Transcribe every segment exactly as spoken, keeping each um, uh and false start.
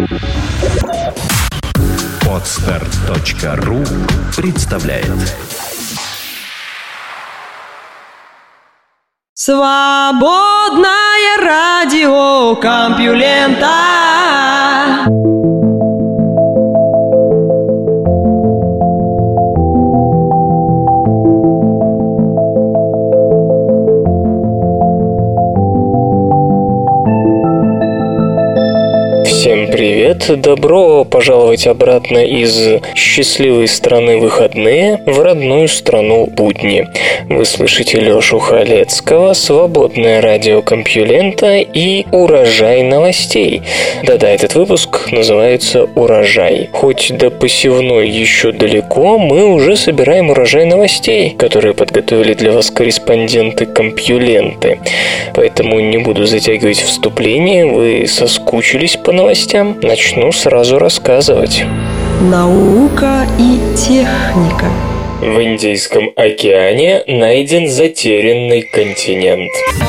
Подстар точка ру представляет. Свободное радио Компьюлента. Всем привет! Добро пожаловать обратно из счастливой страны выходные в родную страну будни. Вы слышите Лёшу Халецкого, свободное радио Компьюлента и урожай новостей. Да-да, этот выпуск называется «Урожай». Хоть до посевной еще далеко, мы уже собираем урожай новостей, которые подготовили для вас корреспонденты Компьюленты. Поэтому не буду затягивать вступление, вы соскучились по новостям. Начну сразу рассказывать. Наука и техника. В Индийском океане найден затерянный континент.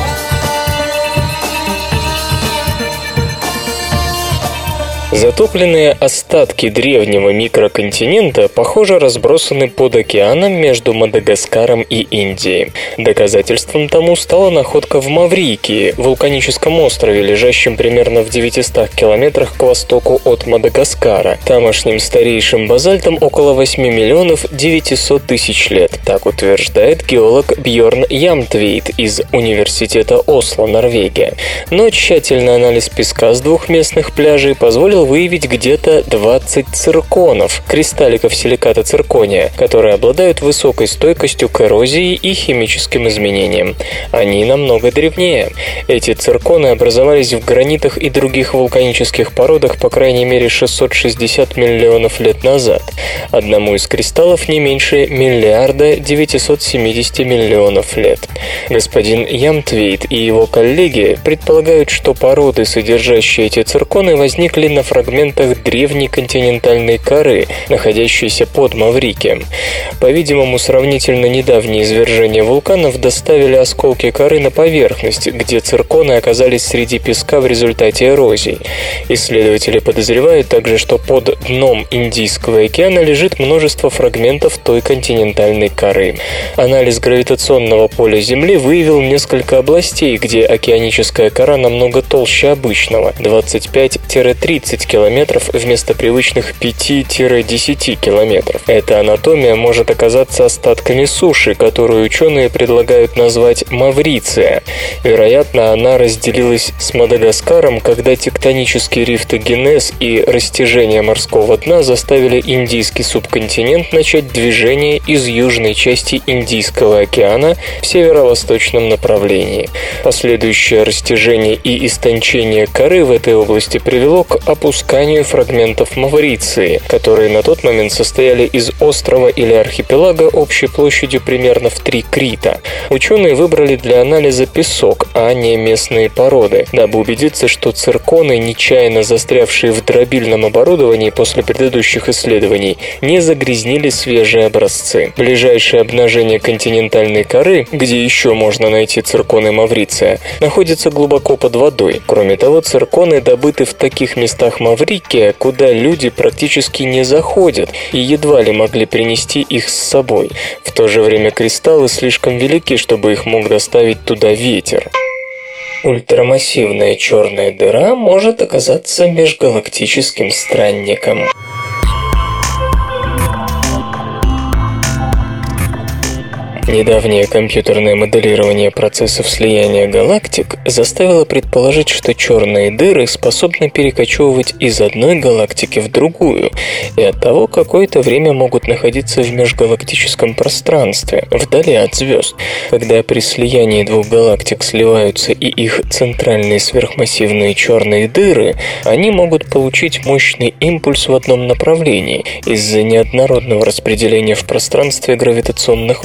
Затопленные остатки древнего микроконтинента, похоже, разбросаны под океаном между Мадагаскаром и Индией. Доказательством тому стала находка в Маврикии, вулканическом острове, лежащем примерно в девятистах километрах к востоку от Мадагаскара. Тамошним старейшим базальтом около восьми миллионов девятисот тысяч лет, так утверждает геолог Бьорн Ямтвейт из Университета Осло, Норвегия. Но тщательный анализ песка с двух местных пляжей позволил выявить где-то двадцать цирконов, кристалликов силиката циркония, которые обладают высокой стойкостью к эрозии и химическим изменениям. Они намного древнее. Эти цирконы образовались в гранитах и других вулканических породах по крайней мере шестьсот шестьдесят миллионов лет назад. Одному из кристаллов не меньше миллиарда девятьсот семьдесят миллионов лет. Господин Ямтвейт и его коллеги предполагают, что породы, содержащие эти цирконы, возникли на фрагментах древней континентальной коры, находящейся под Маврикием. По-видимому, сравнительно недавние извержения вулканов доставили осколки коры на поверхность, где цирконы оказались среди песка в результате эрозии. Исследователи подозревают также, что под дном Индийского океана лежит множество фрагментов той континентальной коры. Анализ гравитационного поля Земли выявил несколько областей, где океаническая кора намного толще обычного – двадцать пять - тридцать километров вместо привычных пяти-десяти километров. Эта анатомия может оказаться остатками суши, которую ученые предлагают назвать Мавриция. Вероятно, она разделилась с Мадагаскаром, когда тектонический рифтогенез и растяжение морского дна заставили индийский субконтинент начать движение из южной части Индийского океана в северо-восточном направлении. Последующее растяжение и истончение коры в этой области привело к опусканию фрагментов Мавриции, которые на тот момент состояли из острова или архипелага общей площадью примерно в три Крита. Ученые выбрали для анализа песок, а не местные породы, дабы убедиться, что цирконы, нечаянно застрявшие в дробильном оборудовании после предыдущих исследований, не загрязнили свежие образцы. Ближайшее обнажение континентальной коры, где еще можно найти цирконы Мавриция, находится глубоко под водой. Кроме того, цирконы добыты в таких местах Маврикия, куда люди практически не заходят и едва ли могли принести их с собой. В то же время кристаллы слишком велики, чтобы их мог доставить туда ветер. Ультрамассивная черная дыра может оказаться межгалактическим странником. Недавнее компьютерное моделирование процессов слияния галактик заставило предположить, что черные дыры способны перекочевывать из одной галактики в другую и оттого какое-то время могут находиться в межгалактическом пространстве, вдали от звезд. Когда при слиянии двух галактик сливаются и их центральные сверхмассивные черные дыры, они могут получить мощный импульс в одном направлении из-за неоднородного распределения в пространстве гравитационных волн.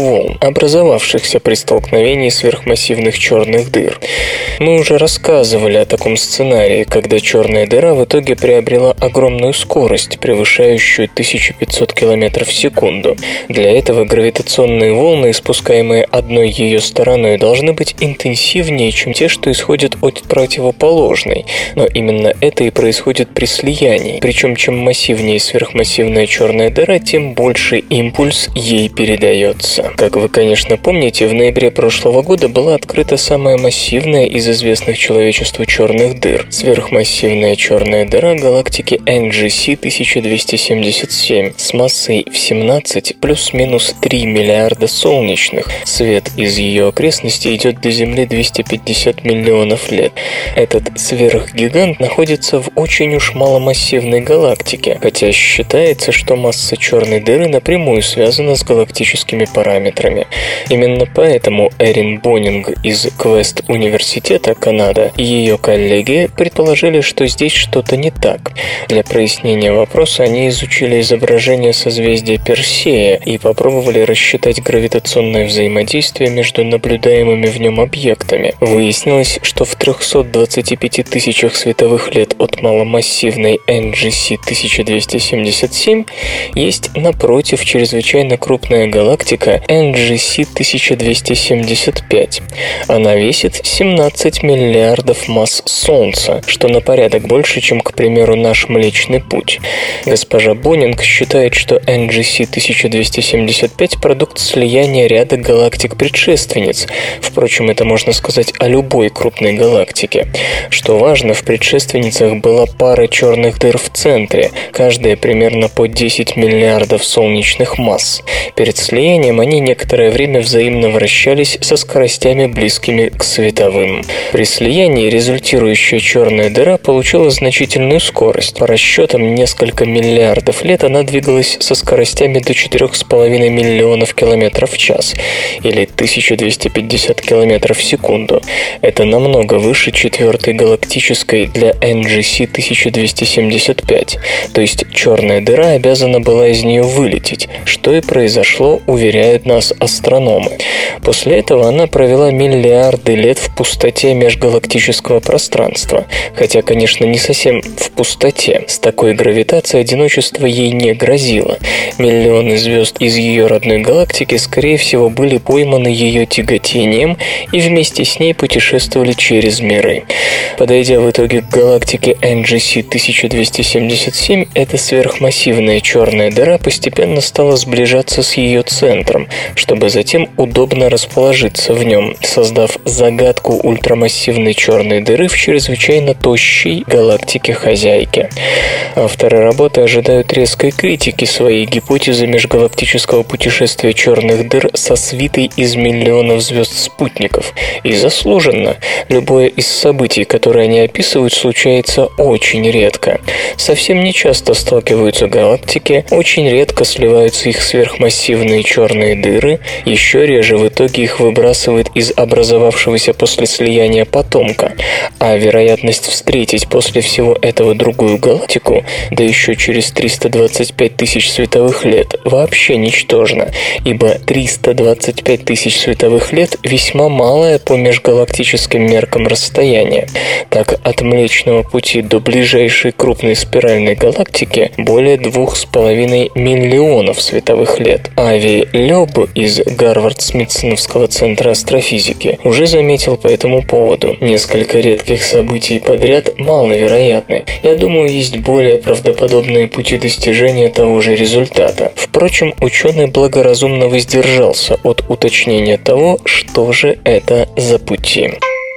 образовавшихся при столкновении сверхмассивных черных дыр. Мы уже рассказывали о таком сценарии, когда черная дыра в итоге приобрела огромную скорость, превышающую тысячу пятьсот километров в секунду. Для этого гравитационные волны, испускаемые одной ее стороной, должны быть интенсивнее, чем те, что исходят от противоположной. Но именно это и происходит при слиянии. Причем, чем массивнее сверхмассивная черная дыра, тем больше импульс ей передается. Как вы, конечно, помните, в ноябре прошлого года была открыта самая массивная из известных человечеству черных дыр – сверхмассивная черная дыра галактики эн джи си тысяча двести семьдесят семь с массой в семнадцать плюс-минус три миллиарда солнечных. Свет из ее окрестностей идет до Земли двести пятьдесят миллионов лет. Этот сверхгигант находится в очень уж маломассивной галактике, хотя считается, что масса черной дыры напрямую связана с галактическими параметрами. Именно поэтому Эрин Бонинг из Квест университета, Канада, и ее коллеги предположили, что здесь что-то не так. Для прояснения вопроса они изучили изображение созвездия Персея и попробовали рассчитать гравитационное взаимодействие между наблюдаемыми в нем объектами. Выяснилось, что в трехстах двадцати пяти тысячах световых лет от маломассивной эн джи си тысяча двести семьдесят семь есть напротив чрезвычайно крупная галактика эн джи си тысяча двести семьдесят пять. Она весит семнадцать миллиардов масс Солнца, что на порядок больше, чем, к примеру, наш Млечный Путь. Госпожа Бонинг считает, что эн джи си тысяча двести семьдесят пять – продукт слияния ряда галактик-предшественниц. Впрочем, это можно сказать о любой крупной галактике. Что важно, в предшественницах была пара черных дыр в центре, каждая примерно по десять миллиардов солнечных масс. Перед слиянием они некоторое время взаимно вращались со скоростями, близкими к световым. При слиянии результирующая черная дыра получила значительную скорость. По расчетам, несколько миллиардов лет она двигалась со скоростями до четырех с половиной миллионов километров в час, или тысяча двести пятьдесят километров в секунду. Это намного выше четвертой галактической для эн джи си тысяча двести семьдесят пять. То есть черная дыра обязана была из нее вылететь, что и произошло, уверяют нас астрономы. После этого она провела миллиарды лет в пустоте межгалактического пространства, хотя, конечно, не совсем в пустоте. С такой гравитацией одиночество ей не грозило. Миллионы звезд из ее родной галактики, скорее всего, были пойманы ее тяготением и вместе с ней путешествовали через миры. Подойдя в итоге к галактике эн джи си тысяча двести семьдесят семь, эта сверхмассивная черная дыра постепенно стала сближаться с ее центром, чтобы затем удобно расположиться в нем, создав загадку ультрамассивной черной дыры в чрезвычайно тощей галактике-хозяйке. Авторы работы ожидают резкой критики своей гипотезы межгалактического путешествия черных дыр со свитой из миллионов звезд-спутников. И заслуженно. Любое из событий, которые они описывают, случается очень редко. Совсем не часто сталкиваются галактики, очень редко сливаются их сверхмассивные черные дыры, еще реже в итоге их выбрасывает из образовавшегося после слияния потомка. А вероятность встретить после всего этого другую галактику, да еще через триста двадцать пять тысяч световых лет, вообще ничтожна, ибо триста двадцать пять тысяч световых лет весьма малое по межгалактическим меркам расстояние. Так, от Млечного Пути до ближайшей крупной спиральной галактики более двух с половиной миллионов световых лет. Ави Лёб из Гарвард-Смитсоновского центра астрофизики уже заметил по этому поводу: несколько редких событий подряд маловероятны. Я думаю, есть более правдоподобные пути достижения того же результата. Впрочем, ученый благоразумно воздержался от уточнения того, что же это за пути.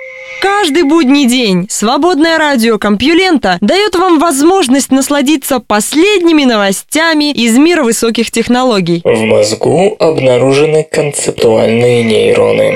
Каждый будний день свободное радио Компьюлента дает вам возможность насладиться последними новостями из мира высоких технологий. В мозгу обнаружены концептуальные нейроны.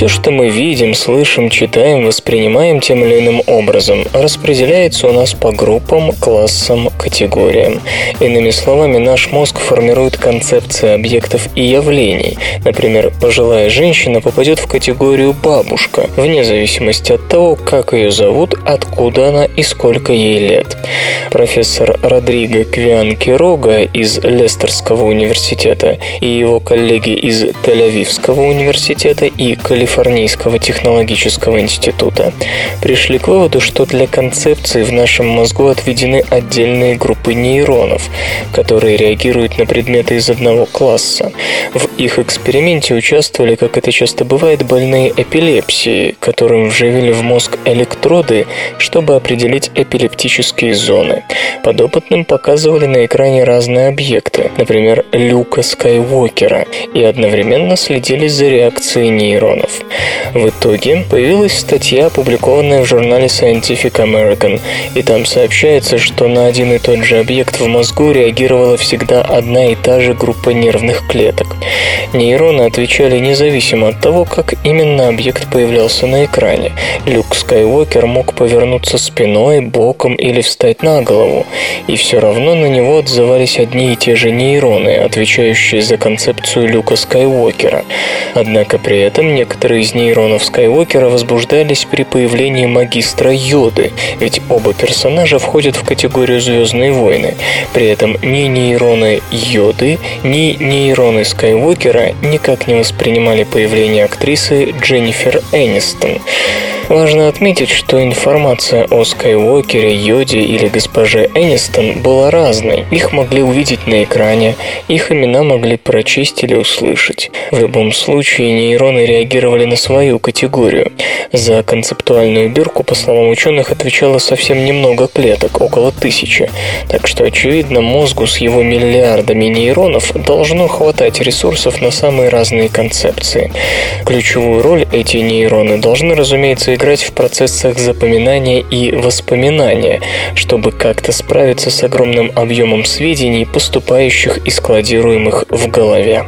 Все, что мы видим, слышим, читаем, воспринимаем тем или иным образом, распределяется у нас по группам, классам, категориям. Иными словами, наш мозг формирует концепции объектов и явлений. Например, пожилая женщина попадет в категорию «бабушка», вне зависимости от того, как ее зовут, откуда она и сколько ей лет. Профессор Родриго Квиан-Кирога из Лестерского университета и его коллеги из Тель-Авивского университета и Калифорнийского технологического института пришли к выводу, что для концепции в нашем мозгу отведены отдельные группы нейронов, которые реагируют на предметы из одного класса. В их эксперименте участвовали, как это часто бывает, больные эпилепсией, которым вживили в мозг электроды, чтобы определить эпилептические зоны. Подопытным показывали на экране разные объекты, например, Люка Скайуокера, и одновременно следили за реакцией нейронов. В итоге появилась статья, опубликованная в журнале Scientific American, и там сообщается, что на один и тот же объект в мозгу реагировала всегда одна и та же группа нервных клеток. Нейроны отвечали независимо от того, как именно объект появлялся на экране. Люк Скайуокер мог повернуться спиной, боком или встать на голову, и все равно на него отзывались одни и те же нейроны, отвечающие за концепцию Люка Скайуокера. Однако при этом некоторые из нейронов Скайуокера возбуждались при появлении магистра Йоды, ведь оба персонажа входят в категорию «Звездные войны». При этом ни нейроны Йоды, ни нейроны Скайуокера никак не воспринимали появление актрисы Дженнифер Энистон. Важно отметить, что информация о Скайуокере, Йоде или госпоже Энистон была разной. Их могли увидеть на экране, их имена могли прочесть или услышать. В любом случае, нейроны реагировали на свою категорию. За концептуальную бирку, по словам ученых, отвечало совсем немного клеток, около тысячи. Так что, очевидно, мозгу с его миллиардами нейронов должно хватать ресурсов на самые разные концепции. Ключевую роль эти нейроны должны, разумеется, играть в процессах запоминания и воспоминания, чтобы как-то справиться с огромным объемом сведений, поступающих и складируемых в голове.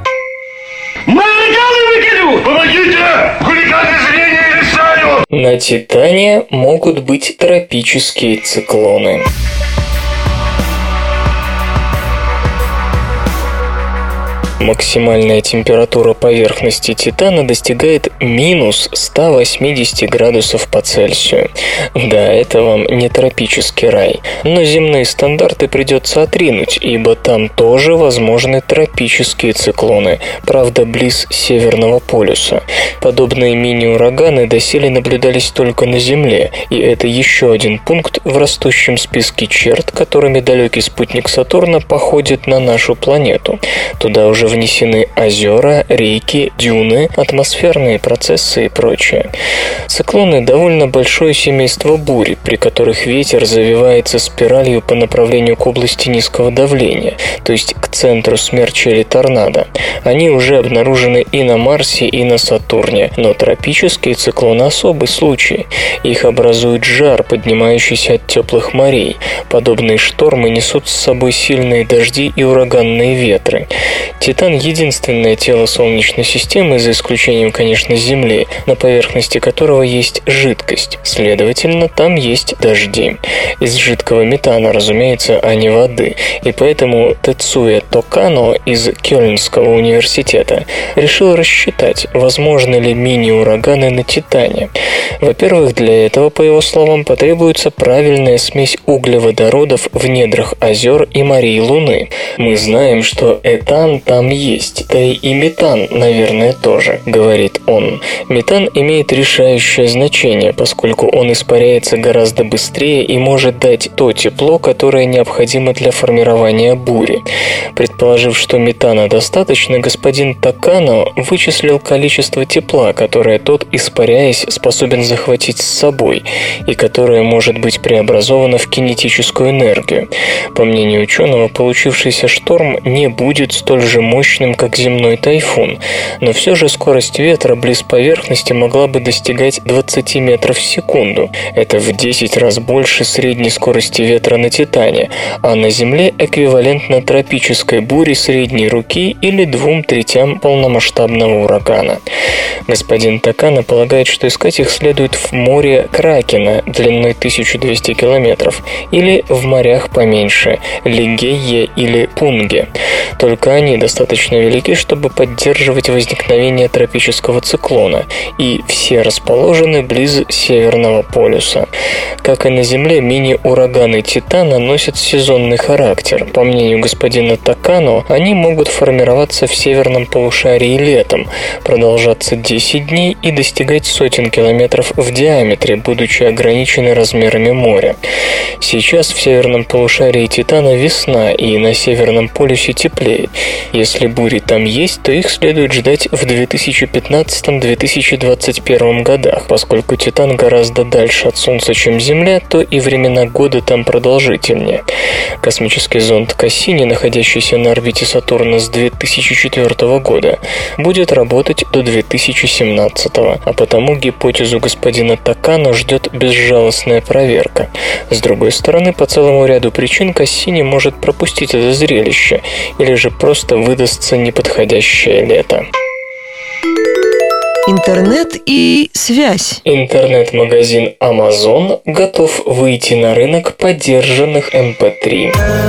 Помогите! Хулиганы зрения решают! На Титане могут быть тропические циклоны. Максимальная температура поверхности Титана достигает минус сто восемьдесят градусов по Цельсию. Да, это вам не тропический рай, но земные стандарты придется отринуть, ибо там тоже возможны тропические циклоны, правда, близ Северного полюса. Подобные мини-ураганы доселе наблюдались только на Земле, и это еще один пункт в растущем списке черт, которыми далекий спутник Сатурна походит на нашу планету. Туда уже внесены озера, реки, дюны, атмосферные процессы и прочее. Циклоны – довольно большое семейство бурь, при которых ветер завивается спиралью по направлению к области низкого давления, то есть к центру смерча или торнадо. Они уже обнаружены и на Марсе, и на Сатурне, но тропические циклоны – особый случай. Их образует жар, поднимающийся от теплых морей. Подобные штормы несут с собой сильные дожди и ураганные ветры. Титан – единственное тело Солнечной системы, за исключением, конечно, Земли, на поверхности которого есть жидкость. Следовательно, там есть дожди. Из жидкого метана, разумеется, а не воды. И поэтому Тецуя Токано из Кёльнского университета решил рассчитать, возможны ли мини-ураганы на Титане. Во-первых, для этого, по его словам, потребуется правильная смесь углеводородов в недрах озер и морей Луны. Мы знаем, что этан там есть, да и метан, наверное, тоже, говорит он. Метан имеет решающее значение, поскольку он испаряется гораздо быстрее и может дать то тепло, которое необходимо для формирования бури. Предположив, что метана достаточно, господин Такано вычислил количество тепла, которое тот, испаряясь, способен захватить с собой, и которое может быть преобразовано в кинетическую энергию. По мнению ученого, получившийся шторм не будет столь же мощным, мощным, как земной тайфун, но все же скорость ветра близ поверхности могла бы достигать двадцать метров в секунду. Это в десять раз больше средней скорости ветра на Титане, а на Земле эквивалентно тропической буре средней руки или двум третям полномасштабного урагана. Господин Такано полагает, что искать их следует в море Кракена длиной тысяча двести километров или в морях поменьше – Лигейе или Пунге. Только они достаточно велики, чтобы поддерживать возникновение тропического циклона, и все расположены близ Северного полюса. Как и на Земле, мини-ураганы Титана носят сезонный характер. По мнению господина Такано, они могут формироваться в северном полушарии летом, продолжаться десять дней и достигать сотен километров в диаметре, будучи ограничены размерами моря. Сейчас в северном полушарии Титана весна, и на Северном полюсе теплее. Если бури там есть, то их следует ждать в две тысячи пятнадцатом — две тысячи двадцать первом годах. Поскольку Титан гораздо дальше от Солнца, чем Земля, то и времена года там продолжительнее. Космический зонд Кассини, находящийся на орбите Сатурна с две тысячи четвёртого года, будет работать до две тысячи семнадцатого, а потому гипотезу господина Такано ждет безжалостная проверка. С другой стороны, по целому ряду причин Кассини может пропустить это зрелище, или же просто выдастся неподходящее лето. Интернет и связь. Интернет-магазин Amazon готов выйти на рынок подержанных эм пэ три.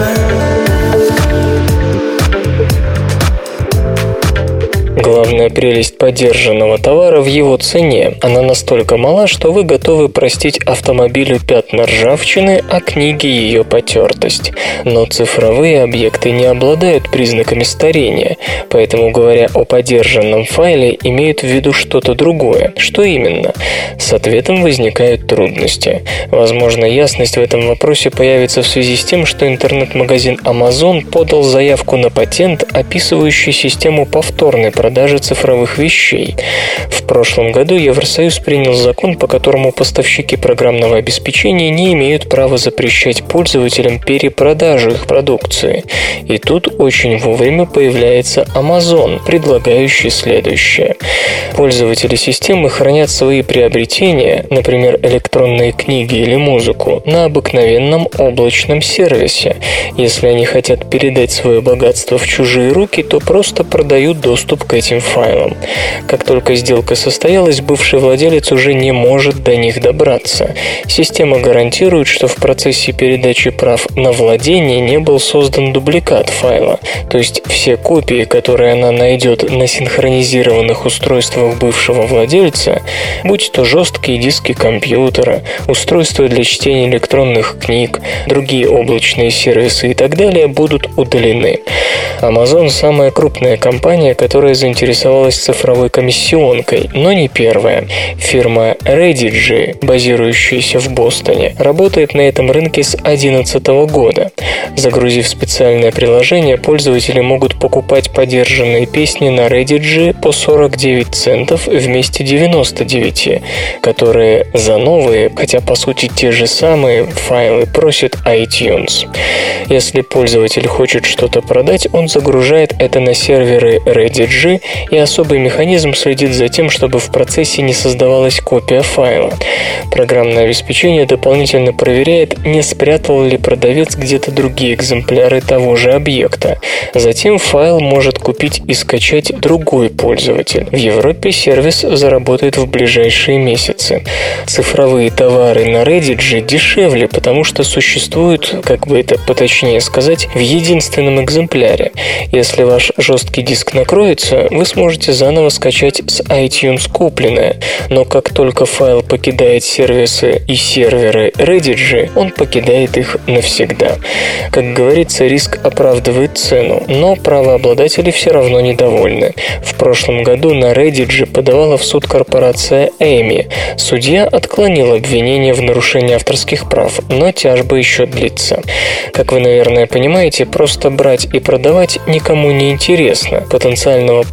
Главная прелесть подержанного товара в его цене. Она настолько мала, что вы готовы простить автомобилю пятна ржавчины, а книге ее потертость. Но цифровые объекты не обладают признаками старения, поэтому, говоря о подержанном файле, имеют в виду что-то другое. Что именно? С ответом возникают трудности. Возможно, ясность в этом вопросе появится в связи с тем, что интернет-магазин Amazon подал заявку на патент, описывающий систему повторной продажи цифровых вещей. В прошлом году Евросоюз принял закон, по которому поставщики программного обеспечения не имеют права запрещать пользователям перепродажу их продукции. И тут очень вовремя появляется Amazon, предлагающий следующее. Пользователи системы хранят свои приобретения, например, электронные книги или музыку, на обыкновенном облачном сервисе. Если они хотят передать свое богатство в чужие руки, то просто продают доступ к этим файлам. Как только сделка состоялась, бывший владелец уже не может до них добраться. Система гарантирует, что в процессе передачи прав на владение не был создан дубликат файла, то есть все копии, которые она найдет на синхронизированных устройствах бывшего владельца, будь то жесткие диски компьютера, устройства для чтения электронных книг, другие облачные сервисы и так далее, будут удалены. Amazon – самая крупная компания, которая заинтересовалась цифровой комиссионкой, но не первая. Фирма Redigii, базирующаяся в Бостоне, работает на этом рынке с две тысячи одиннадцатого года. Загрузив специальное приложение, пользователи могут покупать подержанные песни на Redigii по сорок девять центов вместо девяноста девяти, которые за новые, хотя по сути те же самые, файлы просит iTunes. Если пользователь хочет что-то продать, он загружает это на серверы Redigii, и особый механизм следит за тем, чтобы в процессе не создавалась копия файла. Программное обеспечение дополнительно проверяет, не спрятал ли продавец где-то другие экземпляры того же объекта. Затем файл может купить и скачать другой пользователь. В Европе сервис заработает в ближайшие месяцы. Цифровые товары на Redigii дешевле, потому что существуют, как бы это поточнее сказать, в единственном экземпляре. Если ваш жесткий диск накроется, вы сможете заново скачать с iTunes купленное, но как только файл покидает сервисы и серверы Redigii, он покидает их навсегда. Как говорится, риск оправдывает цену, но правообладатели все равно недовольны. В прошлом году на Redigii подавала в суд корпорация Эми. Судья отклонил обвинение в нарушении авторских прав, но тяжба еще длится. Как вы, наверное, понимаете, просто брать и продавать никому не интересно. Потенциального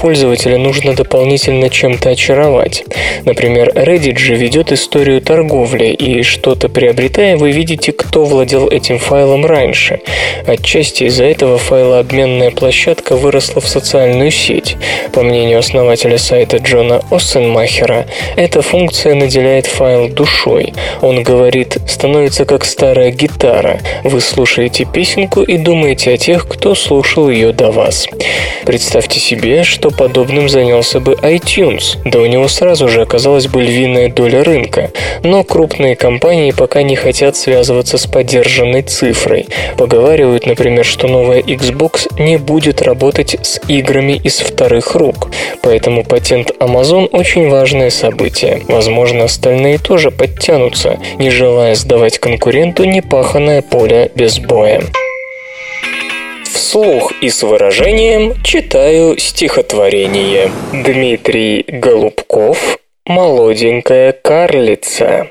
пользователя нужно дополнительно чем-то очаровать. Например, Reddit же ведет историю торговли, и что-то приобретая, вы видите, кто владел этим файлом раньше. Отчасти из-за этого файлообменная площадка выросла в социальную сеть. По мнению основателя сайта Джона Оссенмахера, эта функция наделяет файл душой. Он говорит, становится как старая гитара. Вы слушаете песенку и думаете о тех, кто слушал ее до вас. Представьте себе, что подобным занялся бы iTunes. Да у него сразу же оказалась бы львиная доля рынка. Но крупные компании пока не хотят связываться с подержанной цифрой. Поговаривают, например, что новая Xbox не будет работать с играми из вторых рук. Поэтому патент Amazon очень важное событие. Возможно, остальные тоже подтянутся, не желая сдавать конкуренту непаханное поле без боя. Вслух и с выражением читаю стихотворение. Дмитрий Голубков «Молоденькая карлица».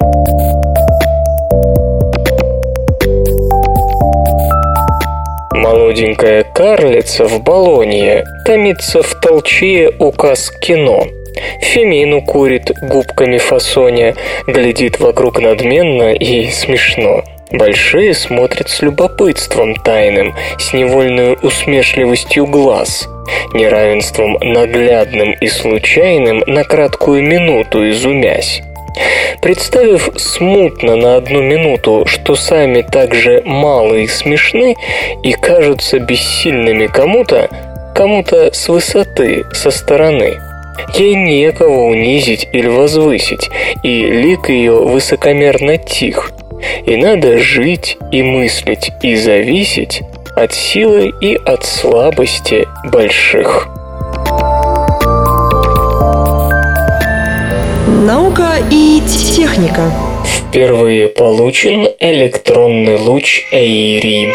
Молоденькая карлица в Болонье томится в толчье указ кино. Фемину курит губками фасоня, глядит вокруг надменно и смешно. Большие смотрят с любопытством тайным, с невольной усмешливостью глаз, неравенством наглядным и случайным на краткую минуту изумясь. Представив смутно на одну минуту, что сами так же малы и смешны и кажутся бессильными кому-то, кому-то с высоты, со стороны. Ей некого унизить или возвысить, и лик ее высокомерно тих. И надо жить и мыслить и зависеть от силы и от слабости больших. Наука и техника. Впервые получен электронный луч Эйри.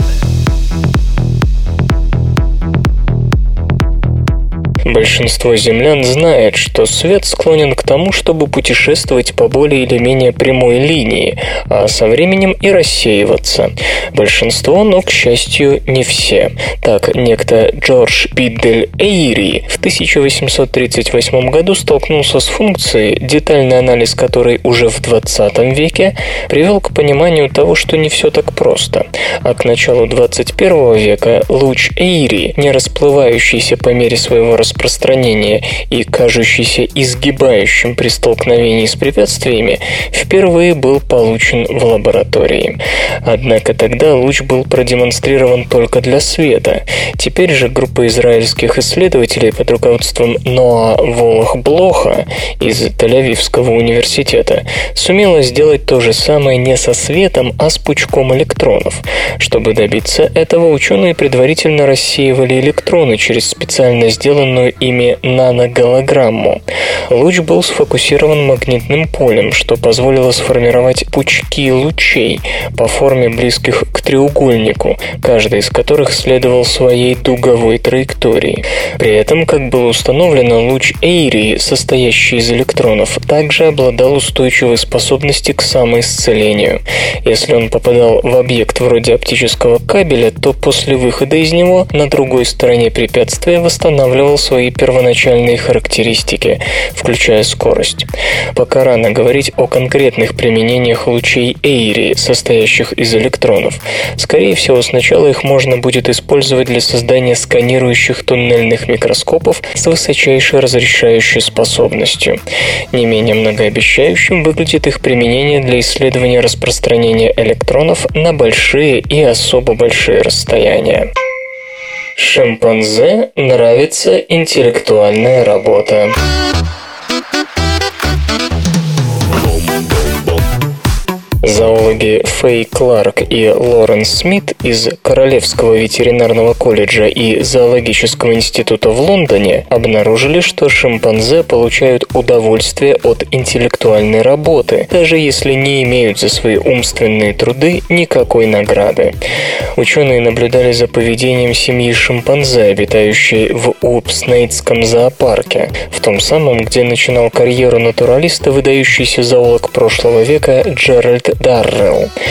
Большинство землян знает, что свет склонен к тому, чтобы путешествовать по более или менее прямой линии, а со временем и рассеиваться. Большинство, но, к счастью, не все. Так, некто Джордж Биддель Эйри в тысяча восемьсот тридцать восьмом году столкнулся с функцией, детальный анализ которой уже в двадцатом веке привел к пониманию того, что не все так просто. А к началу двадцать первого века луч Эйри, не расплывающийся по мере своего распространения, распространения и кажущийся изгибающим при столкновении с препятствиями, впервые был получен в лаборатории. Однако тогда луч был продемонстрирован только для света. Теперь же группа израильских исследователей под руководством Ноа Волох-Блоха из Тель-Авивского университета сумела сделать то же самое не со светом, а с пучком электронов. Чтобы добиться этого, ученые предварительно рассеивали электроны через специально сделанную ими наноголограмму. Луч был сфокусирован магнитным полем, что позволило сформировать пучки лучей по форме близких к треугольнику, каждый из которых следовал своей дуговой траектории. При этом, как было установлено, луч Эйри, состоящий из электронов, также обладал устойчивой способностью к самоисцелению. Если он попадал в объект вроде оптического кабеля, то после выхода из него на другой стороне препятствия восстанавливал свои первоначальные характеристики, включая скорость. Пока рано говорить о конкретных применениях лучей Эйри, состоящих из электронов. Скорее всего, сначала их можно будет использовать для создания сканирующих туннельных микроскопов с высочайшей разрешающей способностью. Не менее многообещающим выглядит их применение для исследования распространения электронов на большие и особо большие расстояния. Шимпанзе нравится интеллектуальная работа. Зоологи Фэй Кларк и Лоренс Смит из Королевского ветеринарного колледжа и Зоологического института в Лондоне обнаружили, что шимпанзе получают удовольствие от интеллектуальной работы, даже если не имеют за свои умственные труды никакой награды. Ученые наблюдали за поведением семьи шимпанзе, обитающей в Уопснейтском зоопарке, в том самом, где начинал карьеру натуралиста выдающийся зоолог прошлого века Джеральд Даррелл.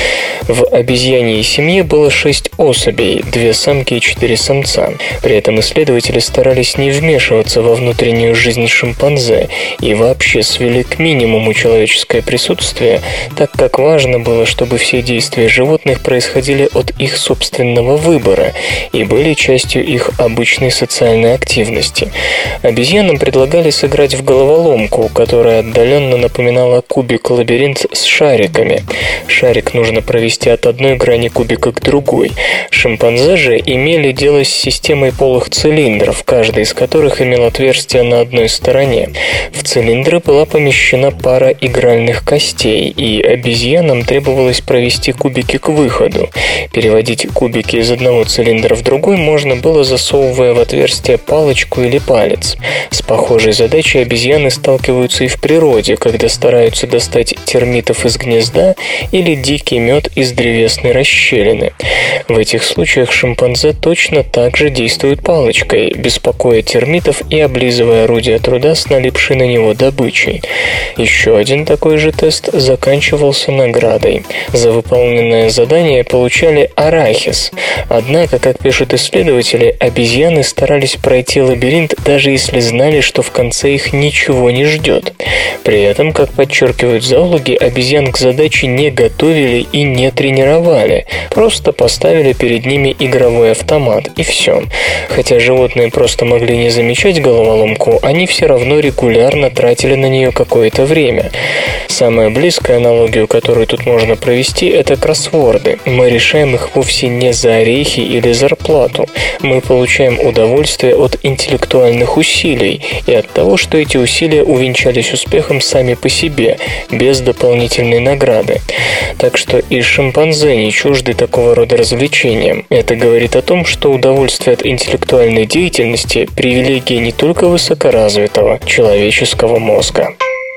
В обезьяньей семье было шесть особей, две самки и четыре самца. При этом исследователи старались не вмешиваться во внутреннюю жизнь шимпанзе и вообще свели к минимуму человеческое присутствие, так как важно было, чтобы все действия животных происходили от их собственного выбора и были частью их обычной социальной активности. Обезьянам предлагали сыграть в головоломку, которая отдаленно напоминала кубик-лабиринт с шариками. Шарик нужно провести от одной грани кубика к другой. Шимпанзе же имели дело с системой полых цилиндров, каждый из которых имел отверстие на одной стороне. В цилиндры была помещена пара игральных костей, и обезьянам требовалось провести кубики к выходу. Переводить кубики из одного цилиндра в другой можно было, засовывая в отверстие палочку или палец. С похожей задачей обезьяны сталкиваются и в природе, когда стараются достать термитов из гнезда или дикий мед из древесной расщелины. В этих случаях шимпанзе точно так же действуют палочкой, беспокоя термитов и облизывая орудия труда с налипшей на него добычей. Еще один такой же тест заканчивался наградой. За выполненное задание получали арахис. Однако, как пишут исследователи, обезьяны старались пройти лабиринт, даже если знали, что в конце их ничего не ждет. При этом, как подчеркивают зоологи, обезьян к задаче не готовили и не тренировали, просто поставили перед ними игровой автомат, и все. Хотя животные просто могли не замечать головоломку, они все равно регулярно тратили на нее какое-то время. Самая близкая аналогию, которую тут можно провести, это кроссворды. Мы решаем их вовсе не за орехи или зарплату. Мы получаем удовольствие от интеллектуальных усилий и от того, что эти усилия увенчались успехом сами по себе, без дополнительной награды. Так что и шимпанзе не чужды такого рода развлечениям. Это говорит о том, что удовольствие от интеллектуальной деятельности – привилегия не только высокоразвитого человеческого мозга.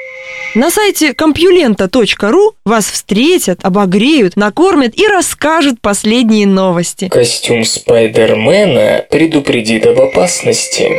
На сайте компьюлента точка ру вас встретят, обогреют, накормят и расскажут последние новости. Костюм Спайдермена предупредит об опасности.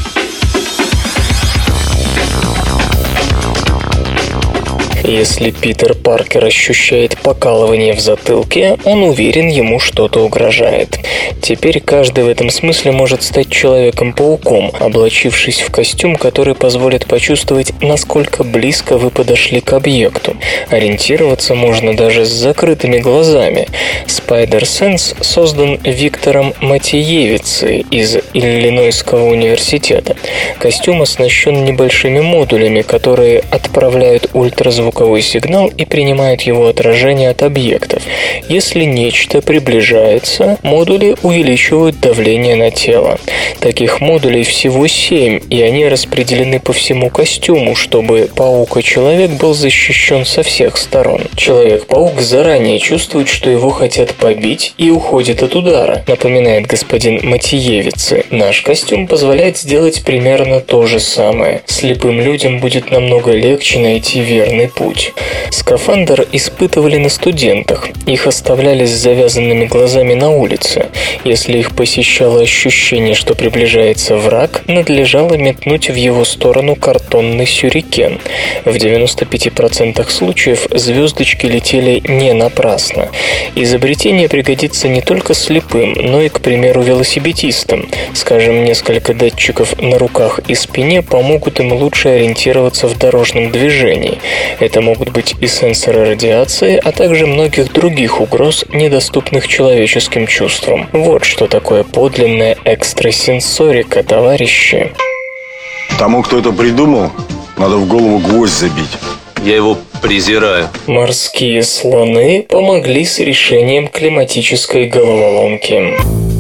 Если Питер Паркер ощущает покалывание в затылке, он уверен, ему что-то угрожает. Теперь каждый в этом смысле может стать Человеком-пауком, облачившись в костюм, который позволит почувствовать, насколько близко вы подошли к объекту. Ориентироваться можно даже с закрытыми глазами. Spider Sense создан Виктором Матиевицей из Иллинойского университета. Костюм оснащен небольшими модулями, которые отправляют ультразвуковой сигнал и принимают его отражение от объектов. Если нечто приближается, модули увеличивают давление на тело. Таких модулей всего семь, и они распределены по всему костюму, чтобы паук-человек был защищен со всех сторон. Человек-паук заранее чувствует, что его хотят побить, и уходит от удара, напоминает господин Матиевицы. Наш костюм позволяет сделать примерно то же самое. Слепым людям будет намного легче найти верный путь. Скафандр испытывали на студентах. Их оставляли с завязанными глазами на улице. Если их посещало ощущение, что приближается враг, надлежало метнуть в его сторону картонный сюрикен. В девяноста пяти процентах случаев звездочки летели не напрасно. Изобретение пригодится не только слепым, но и, к примеру, велосипедистам. Скажем, несколько датчиков на руках и спине помогут им лучше ориентироваться в дорожном движении. Это могут быть и сенсоры радиации, а также многих других угроз, недоступных человеческим чувствам. Вот что такое подлинная экстрасенсорика, товарищи. Тому, кто это придумал, надо в голову гвоздь забить. Я его презираю. Морские слоны помогли с решением климатической головоломки.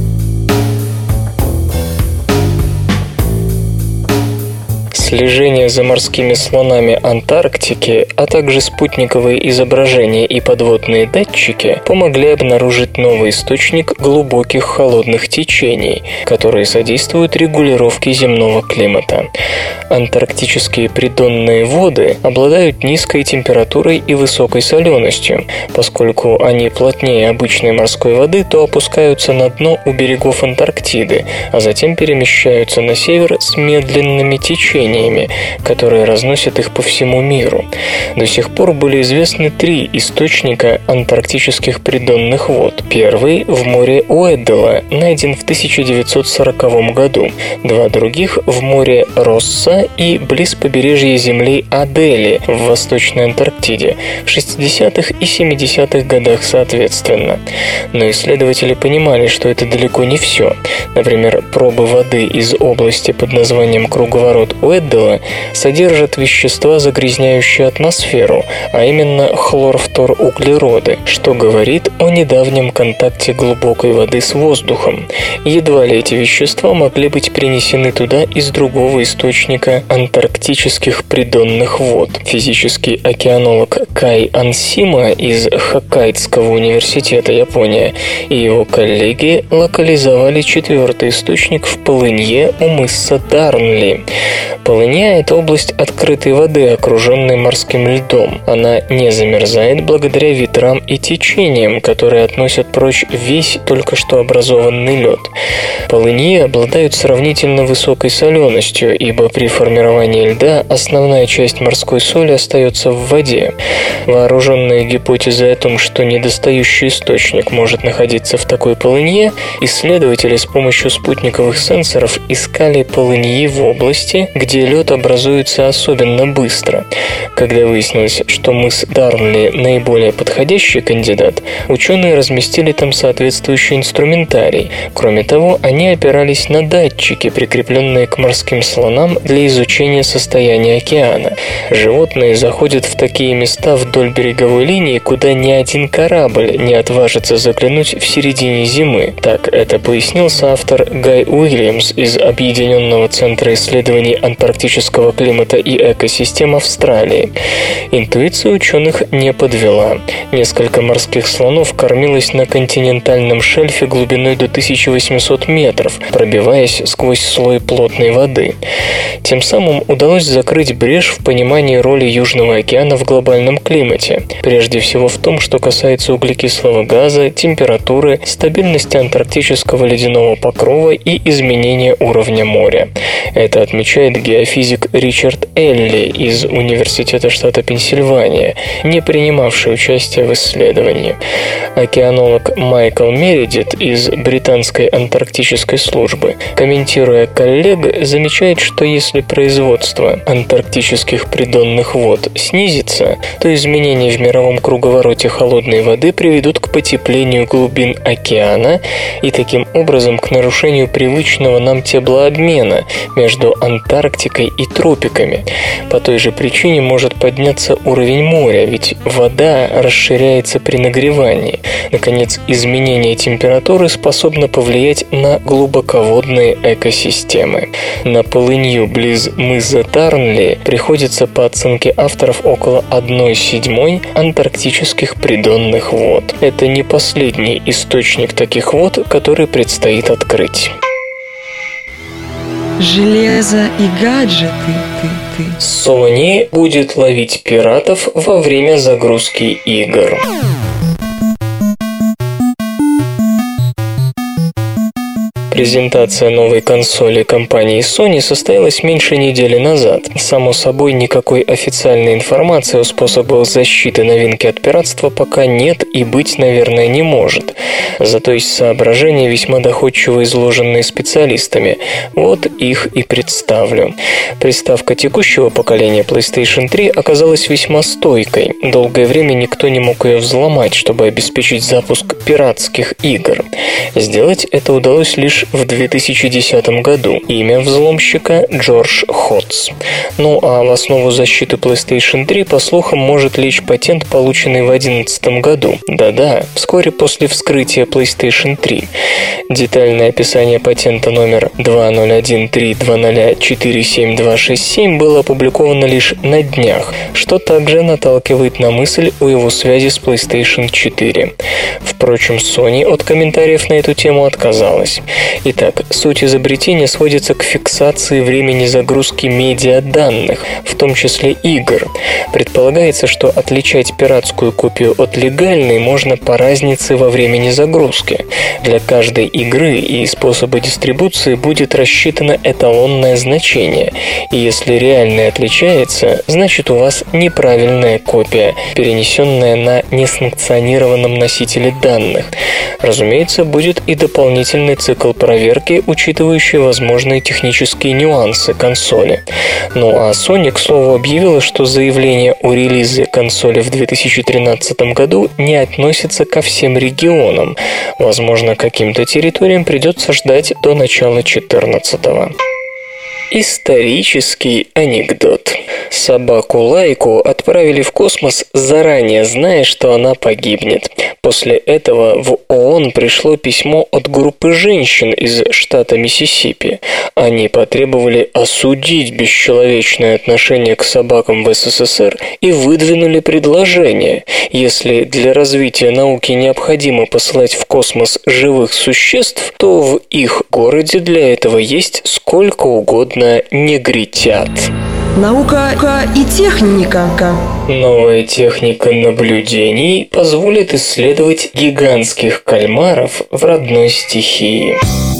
Слежение за морскими слонами Антарктики, а также спутниковые изображения и подводные датчики помогли обнаружить новый источник глубоких холодных течений, которые содействуют регулировке земного климата. Антарктические придонные воды обладают низкой температурой и высокой соленостью. Поскольку они плотнее обычной морской воды, то опускаются на дно у берегов Антарктиды, а затем перемещаются на север с медленными течениями, излучениями, которые разносят их по всему миру. До сих пор были известны три источника антарктических придонных вод. Первый в море Уэддела, найден в тысяча девятьсот сороковом году. Два других в море Росса и близ побережья земли Адели в Восточной Антарктиде в шестидесятых и семидесятых годах соответственно. Но исследователи понимали, что это далеко не все. Например, пробы воды из области под названием Круговорот Уэддела содержат вещества, загрязняющие атмосферу, а именно хлорфторуглероды, что говорит о недавнем контакте глубокой воды с воздухом. Едва ли эти вещества могли быть принесены туда из другого источника антарктических придонных вод. Физический океанолог Кай Ансима из Хоккайдского университета, Япония, и его коллеги локализовали четвертый источник в полынье у мыса Дарнли. Полынья – это область открытой воды, окруженной морским льдом. Она не замерзает благодаря ветрам и течениям, которые относят прочь весь только что образованный лед. Полыньи обладают сравнительно высокой соленостью, ибо при формировании льда основная часть морской соли остается в воде. Вооруженные гипотезой о том, что недостающий источник может находиться в такой полынье, исследователи с помощью спутниковых сенсоров искали полыньи в области, где лед образуется особенно быстро. Когда выяснилось, что мыс Дарнли наиболее подходящий кандидат, ученые разместили там соответствующий инструментарий. Кроме того, они опирались на датчики, прикрепленные к морским слонам для изучения состояния океана. Животные заходят в такие места вдоль береговой линии, куда ни один корабль не отважится заглянуть в середине зимы. Так это пояснил соавтор Гай Уильямс из Объединенного центра исследований антарктического климата и экосистем Австралии. Интуиция ученых не подвела. Несколько морских слонов кормилось на континентальном шельфе глубиной до тысяча восемьсот метров, пробиваясь сквозь слой плотной воды. Тем самым удалось закрыть брешь в понимании роли Южного океана в глобальном климате. Прежде всего в том, что касается углекислого газа, температуры, стабильности антарктического ледяного покрова и изменения уровня моря. Это отмечает геофизик Ричард Элли из Университета штата Пенсильвания, не принимавший участие в исследовании. Океанолог Майкл Мередит из Британской антарктической службы, комментируя коллег, замечает, что если производство антарктических придонных вод снизится, то изменения в мировом круговороте холодной воды приведут к потеплению глубин океана и таким образом к нарушению привычного нам теплообмена между Антарктикой и тропиками. По той же причине может подняться уровень моря, ведь вода расширяется при нагревании. Наконец, изменение температуры способно повлиять на глубоководные экосистемы. На полынью близ мыса Дарнли приходится, по оценке авторов, около одной седьмой антарктических придонных вод. Это не последний источник таких вод, который предстоит открыть. Железо и гаджеты. Ты, ты. Sony будет ловить пиратов во время загрузки игр. Презентация новой консоли компании Sony состоялась меньше недели назад. Само собой, никакой официальной информации о способах защиты новинки от пиратства пока нет и быть, наверное, не может. Зато есть соображения, весьма доходчиво изложенные специалистами. Вот их и представлю. Приставка текущего поколения PlayStation три оказалась весьма стойкой. Долгое время никто не мог ее взломать, чтобы обеспечить запуск пиратских игр. Сделать это удалось лишь в две тысячи десятом году. Имя взломщика – Джордж Ходс. Ну а в основу защиты PlayStation три, по слухам, может лечь патент, полученный в две тысячи одиннадцатом году. Да-да, вскоре после вскрытия PlayStation три. Детальное описание патента номер два ноль один три два ноль четыре семь два шесть семь было опубликовано лишь на днях, что также наталкивает на мысль о его связи с PlayStation четыре. Впрочем, Sony от комментариев на эту тему отказалась. Итак, суть изобретения сводится к фиксации времени загрузки медиаданных, в том числе игр. Предполагается, что отличать пиратскую копию от легальной можно по разнице во времени загрузки. Для каждой игры и способа дистрибуции будет рассчитано эталонное значение, и если реальное отличается, значит у вас неправильная копия, перенесенная на несанкционированном носителе данных. Разумеется, будет и дополнительный цикл проверки, учитывающий возможные технические нюансы консоли. Ну а Sony, к слову, объявила, что заявление о релизе консоли в две тысячи тринадцатом году не относится ко всем регионам. Возможно, каким-то территориям придется ждать до начала две тысячи четырнадцатого. Исторический анекдот. Собаку Лайку отправили в космос, заранее зная, что она погибнет. После этого в ООН пришло письмо от группы женщин из штата Миссисипи. Они потребовали осудить бесчеловечное отношение к собакам в СССР и выдвинули предложение: если для развития науки необходимо посылать в космос живых существ, то в их городе для этого есть сколько угодно негритят. Наука и техника. Новая техника наблюдений позволит исследовать гигантских кальмаров в родной стихии.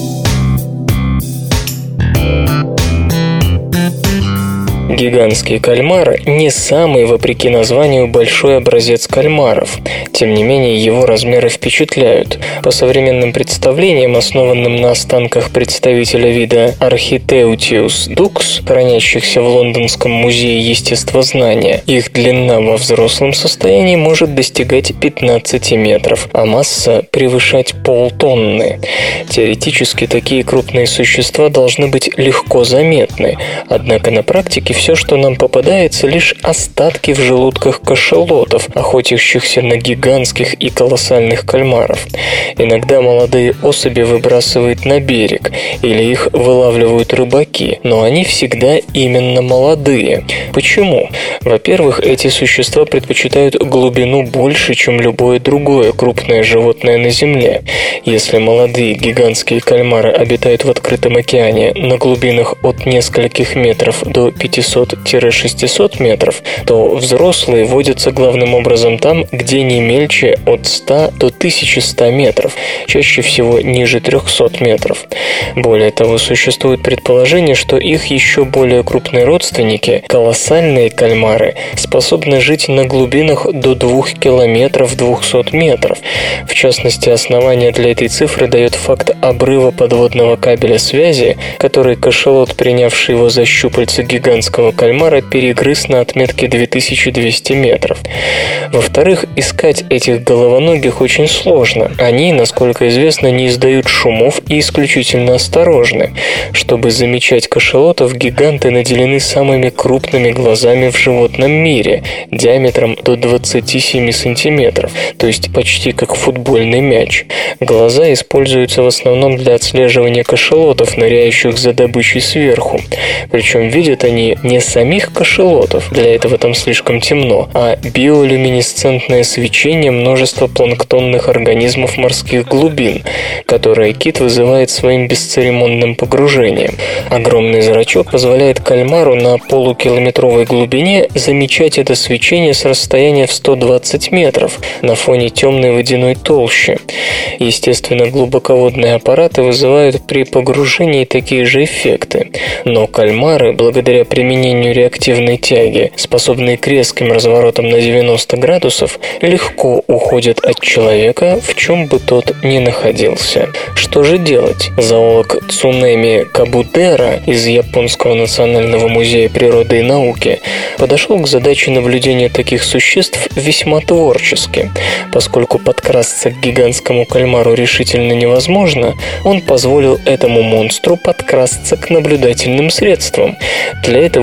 Гигантский кальмар не самый, вопреки названию, большой образец кальмаров. Тем не менее, его размеры впечатляют. По современным представлениям, основанным на останках представителя вида Architeuthis dux, хранящихся в Лондонском музее естествознания, их длина во взрослом состоянии может достигать пятнадцати метров, а масса превышать полтонны. Теоретически, такие крупные существа должны быть легко заметны, однако на практике все, что нам попадается, лишь остатки в желудках кашалотов, охотящихся на гигантских и колоссальных кальмаров. Иногда молодые особи выбрасывают на берег, или их вылавливают рыбаки, но они всегда именно молодые. Почему? Во-первых, эти существа предпочитают глубину больше, чем любое другое крупное животное на Земле. Если молодые гигантские кальмары обитают в открытом океане на глубинах от нескольких метров до пятисот-шестисот метров, то взрослые водятся главным образом там, где не мельче от ста до тысячи ста метров, чаще всего ниже трехсот метров. Более того, существует предположение, что их еще более крупные родственники, колоссальные кальмары, способны жить на глубинах до двух километров двухсот метров. В частности, основание для этой цифры дает факт обрыва подводного кабеля связи, который кашалот, принявший его за щупальца гигантского кальмара, перегрыз на отметке две тысячи двести метров. Во-вторых, искать этих головоногих очень сложно. Они, насколько известно, не издают шумов и исключительно осторожны. Чтобы замечать кашалотов, гиганты наделены самыми крупными глазами в животном мире, диаметром до двадцати семи сантиметров, то есть почти как футбольный мяч. Глаза используются в основном для отслеживания кашалотов, ныряющих за добычей сверху. Причем видят они не самих кашалотов, для этого там слишком темно, а биолюминесцентное свечение множества планктонных организмов морских глубин, которое кит вызывает своим бесцеремонным погружением. Огромный зрачок позволяет кальмару на полукилометровой глубине замечать это свечение с расстояния в сто двадцать метров на фоне темной водяной толщи. Естественно, глубоководные аппараты вызывают при погружении такие же эффекты, но кальмары, благодаря применению реактивной тяги, способные к резким разворотам на девяносто градусов, легко уходят от человека, в чем бы тот ни находился. Что же делать? Зоолог Цунеми Кабудера из Японского национального музея природы и науки подошел к задаче наблюдения таких существ весьма творчески. Поскольку подкрасться к гигантскому кальмару решительно невозможно, он позволил этому монстру подкрасться к наблюдательным средствам. Для этого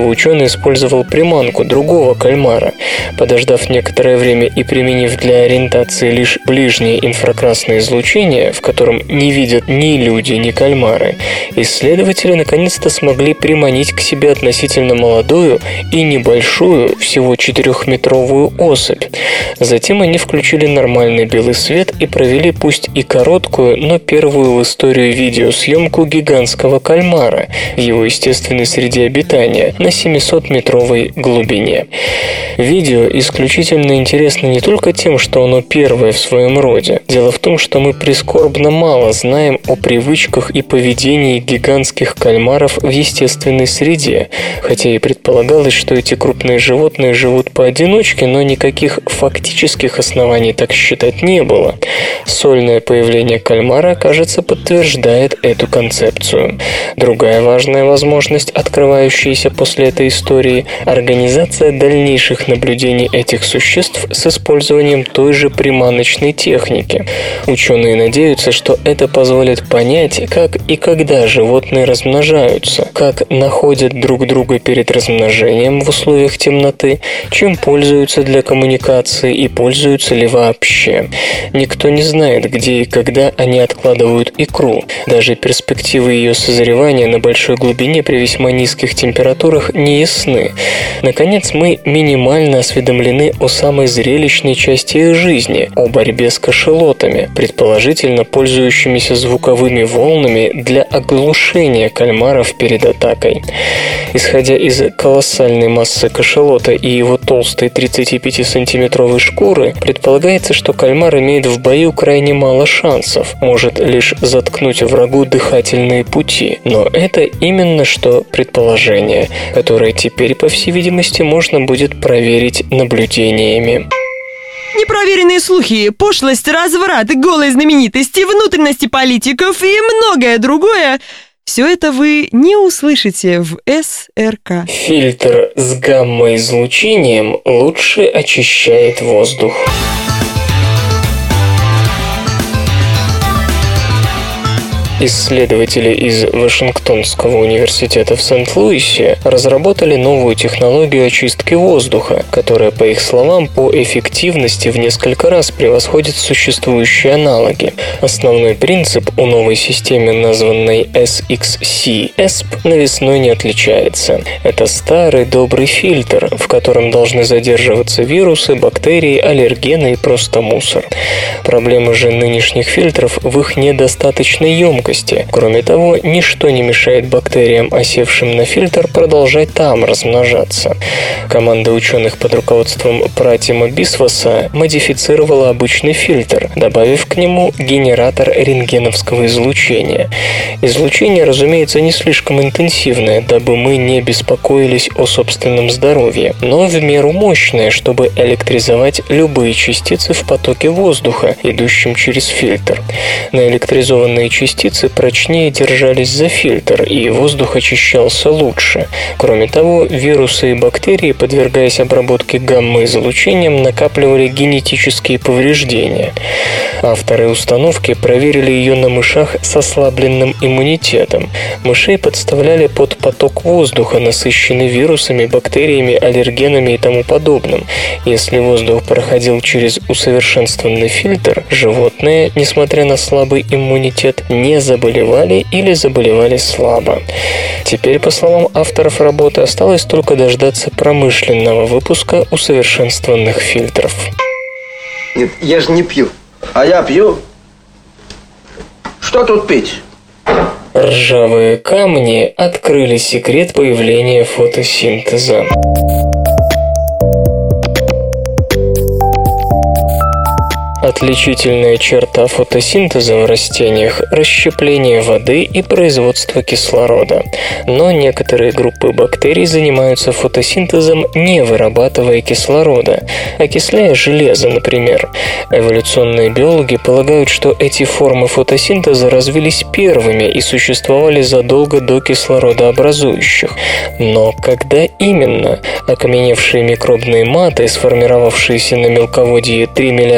ученый использовал приманку другого кальмара. Подождав некоторое время и применив для ориентации лишь ближнее инфракрасное излучение, в котором не видят ни люди, ни кальмары, исследователи наконец-то смогли приманить к себе относительно молодую и небольшую, всего четырехметровую особь. Затем они включили нормальный белый свет и провели пусть и короткую, но первую в историю видеосъемку гигантского кальмара в его естественной среде обитания на семисотметровой глубине. Видео исключительно интересно не только тем, что оно первое в своем роде. Дело в том, что мы прискорбно мало знаем о привычках и поведении гигантских кальмаров в естественной среде, хотя и предполагалось, что эти крупные животные живут поодиночке, но никаких фактических оснований так считать не было. Сольное появление кальмара, кажется, подтверждает эту концепцию. Другая важная возможность, открывающаяся после этой истории – организация дальнейших наблюдений этих существ с использованием той же приманочной техники. Ученые надеются, что это позволит понять, как и когда животные размножаются, как находят друг друга перед размножением в условиях темноты, чем пользуются для коммуникации и пользуются ли вообще. Никто не знает, где и когда они откладывают икру. Даже перспективы ее созревания на большой глубине при весьма низких температурах не ясны. Наконец, мы минимально осведомлены о самой зрелищной части их жизни, о борьбе с кашалотами, предположительно пользующимися звуковыми волнами для оглушения кальмаров перед атакой. Исходя из колоссальной массы кашалота и его толстой тридцатипятисантиметровой шкуры, предполагается, что кальмар имеет в бою крайне мало шансов, может лишь заткнуть врагу дыхательные пути. Но это именно что предположение, которое теперь, по всей видимости, можно будет проверить наблюдениями. Непроверенные слухи, пошлость, разврат, голые знаменитости, внутренности политиков и многое другое – все это вы не услышите в эс эр ка. Фильтр с гамма-излучением лучше очищает воздух. Исследователи из Вашингтонского университета в Сент-Луисе разработали новую технологию очистки воздуха, которая, по их словам, по эффективности в несколько раз превосходит существующие аналоги. Основной принцип у новой системы, названной эс икс си эс пи, навесной не отличается. Это старый добрый фильтр, в котором должны задерживаться вирусы, бактерии, аллергены и просто мусор. Проблема же нынешних фильтров в их недостаточной емкости. Кроме того, ничто не мешает бактериям, осевшим на фильтр, продолжать там размножаться. Команда ученых под руководством Пратима Бисваса модифицировала обычный фильтр, добавив к нему генератор рентгеновского излучения. Излучение, разумеется, не слишком интенсивное, дабы мы не беспокоились о собственном здоровье, но в меру мощное, чтобы электризовать любые частицы в потоке воздуха, идущем через фильтр. Наэлектризованные частицы прочнее держались за фильтр, и воздух очищался лучше. Кроме того, вирусы и бактерии, подвергаясь обработке гамма-излучением, накапливали генетические повреждения. Авторы установки проверили ее на мышах с ослабленным иммунитетом. Мышей подставляли под поток воздуха, насыщенный вирусами, бактериями, аллергенами и тому подобным. Если воздух проходил через усовершенствованный фильтр, животные, несмотря на слабый иммунитет, не заболевали или заболевали слабо. Теперь, по словам авторов работы, осталось только дождаться промышленного выпуска усовершенствованных фильтров. Нет, я же не пью. А я пью. Что тут пить? Ржавые камни открыли секрет появления фотосинтеза. Отличительная черта фотосинтеза в растениях – расщепление воды и производство кислорода. Но некоторые группы бактерий занимаются фотосинтезом, не вырабатывая кислорода, окисляя железо, например. Эволюционные биологи полагают, что эти формы фотосинтеза развились первыми и существовали задолго до кислородообразующих. Но когда именно? Окаменевшие микробные маты, сформировавшиеся на мелководье три миллиарда четыреста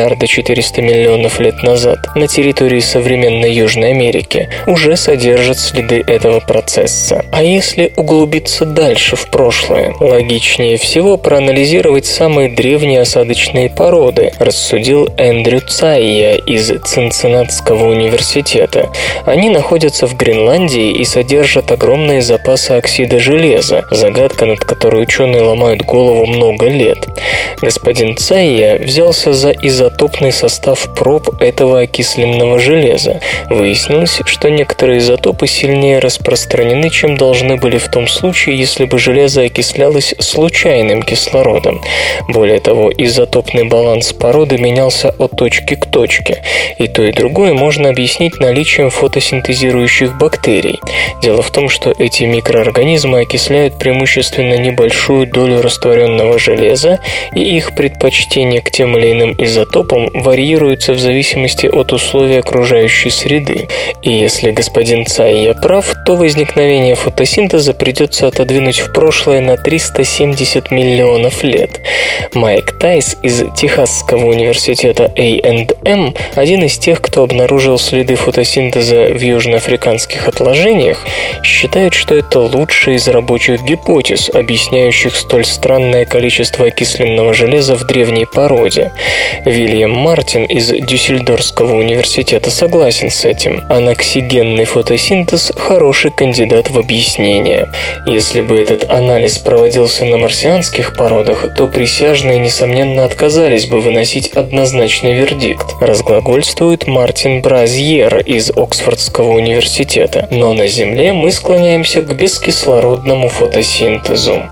четыреста миллионов лет назад на территории современной Южной Америки, уже содержат следы этого процесса. А если углубиться дальше в прошлое? Логичнее всего проанализировать самые древние осадочные породы, рассудил Эндрю Цайя из Цинциннатского университета. Они находятся в Гренландии и содержат огромные запасы оксида железа, загадка, над которой ученые ломают голову много лет. Господин Цайя взялся за изотопный состав проб этого окисленного железа. Выяснилось, что некоторые изотопы сильнее распространены, чем должны были в том случае, если бы железо окислялось случайным кислородом. Более того, изотопный баланс породы менялся от точки к точке, и то и другое можно объяснить наличием фотосинтезирующих бактерий. Дело в том, что эти микроорганизмы окисляют преимущественно небольшую долю растворенного железа, и их предпочтения к тем или иным изотопам варьируются в зависимости от условий окружающей среды. И если господин Цайя прав, то возникновение фотосинтеза придется отодвинуть в прошлое на триста семьдесят миллионов лет. Майк Тайс из Техасского университета эй энд эм, один из тех, кто обнаружил следы фотосинтеза в южноафриканских отложениях, считает, что это лучшая из рабочих гипотез, объясняющих столь странное количество окисленного железа в древней породе. Вильям Мартин из Дюссельдорфского университета согласен с этим. Аноксигенный фотосинтез – хороший кандидат в объяснение. Если бы этот анализ проводился на марсианских породах, то присяжные, несомненно, отказались бы выносить однозначный вердикт, разглагольствует Мартин Бразьер из Оксфордского университета. Но на Земле мы склоняемся к бескислородному фотосинтезу.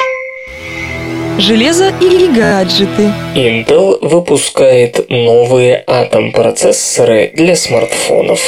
Железо или гаджеты? Intel выпускает новые атом-процессоры для смартфонов.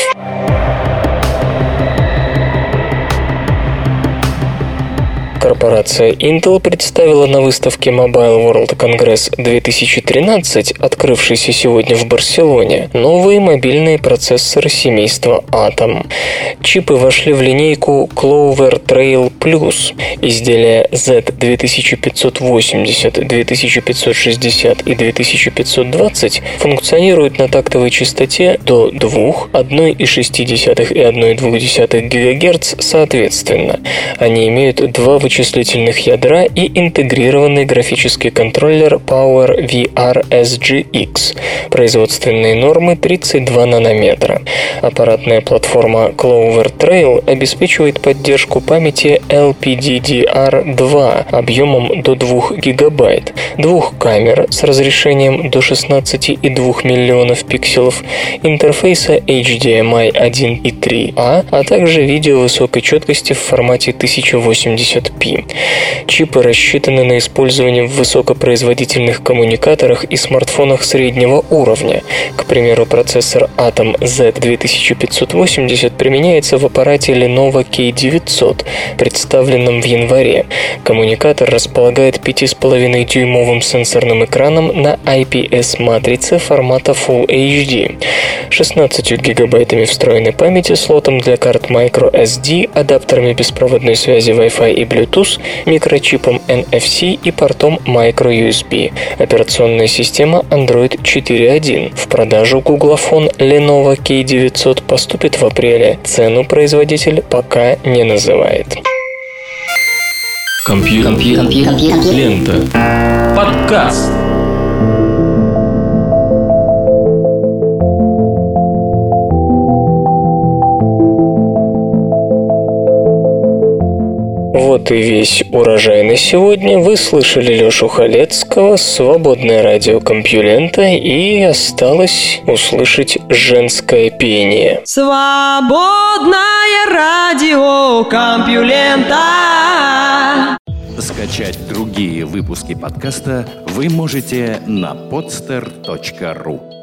Корпорация Intel представила на выставке Mobile World Congress две тысячи тринадцать, открывшейся сегодня в Барселоне, новые мобильные процессоры семейства Atom. Чипы вошли в линейку Clover Trail Plus. Изделия зет две тысячи пятьсот восемьдесят, две тысячи пятьсот шестьдесят и две тысячи пятьсот двадцать функционируют на тактовой частоте до два, одна целая шесть десятых и одна целая две десятых ГГц соответственно. Они имеют два вычислительных ядра и интегрированный графический контроллер Power ви ар эс джи икс. Производственные нормы тридцать два нанометра. Аппаратная платформа Clover Trail обеспечивает поддержку памяти эл пи ди ди ар два объемом до двух гигабайт, двух камер с разрешением до шестнадцать целых две десятых миллионов пикселов, интерфейса эйч ди эм ай один и три а, а также видео высокой четкости в формате тысяча восемьдесят пи. Чипы рассчитаны на использование в высокопроизводительных коммуникаторах и смартфонах среднего уровня. К примеру, процессор Atom зет две тысячи пятьсот восемьдесят применяется в аппарате Lenovo кей девятьсот, представленном в январе. Коммуникатор располагает пять целых пять десятых дюймовым сенсорным экраном на ай пи эс-матрице формата Full эйч ди, шестнадцатью гигабайтами встроенной памяти, слотом для карт microSD, адаптерами беспроводной связи Wi-Fi и Bluetooth, микрочипом эн эф си и портом microUSB. Операционная система Android четыре точка один. В продажу гуглофон Lenovo кей девятьсот поступит в апреле. Цену производитель пока не называет. Компьютер. Лента. Подкаст. Вот и весь урожай на сегодня. Вы слышали Лешу Халецкого, свободное радио Компьюлента, и осталось услышать женское пение. Свободное радио Компьюлента. Скачать другие выпуски подкаста вы можете на podster точка ру.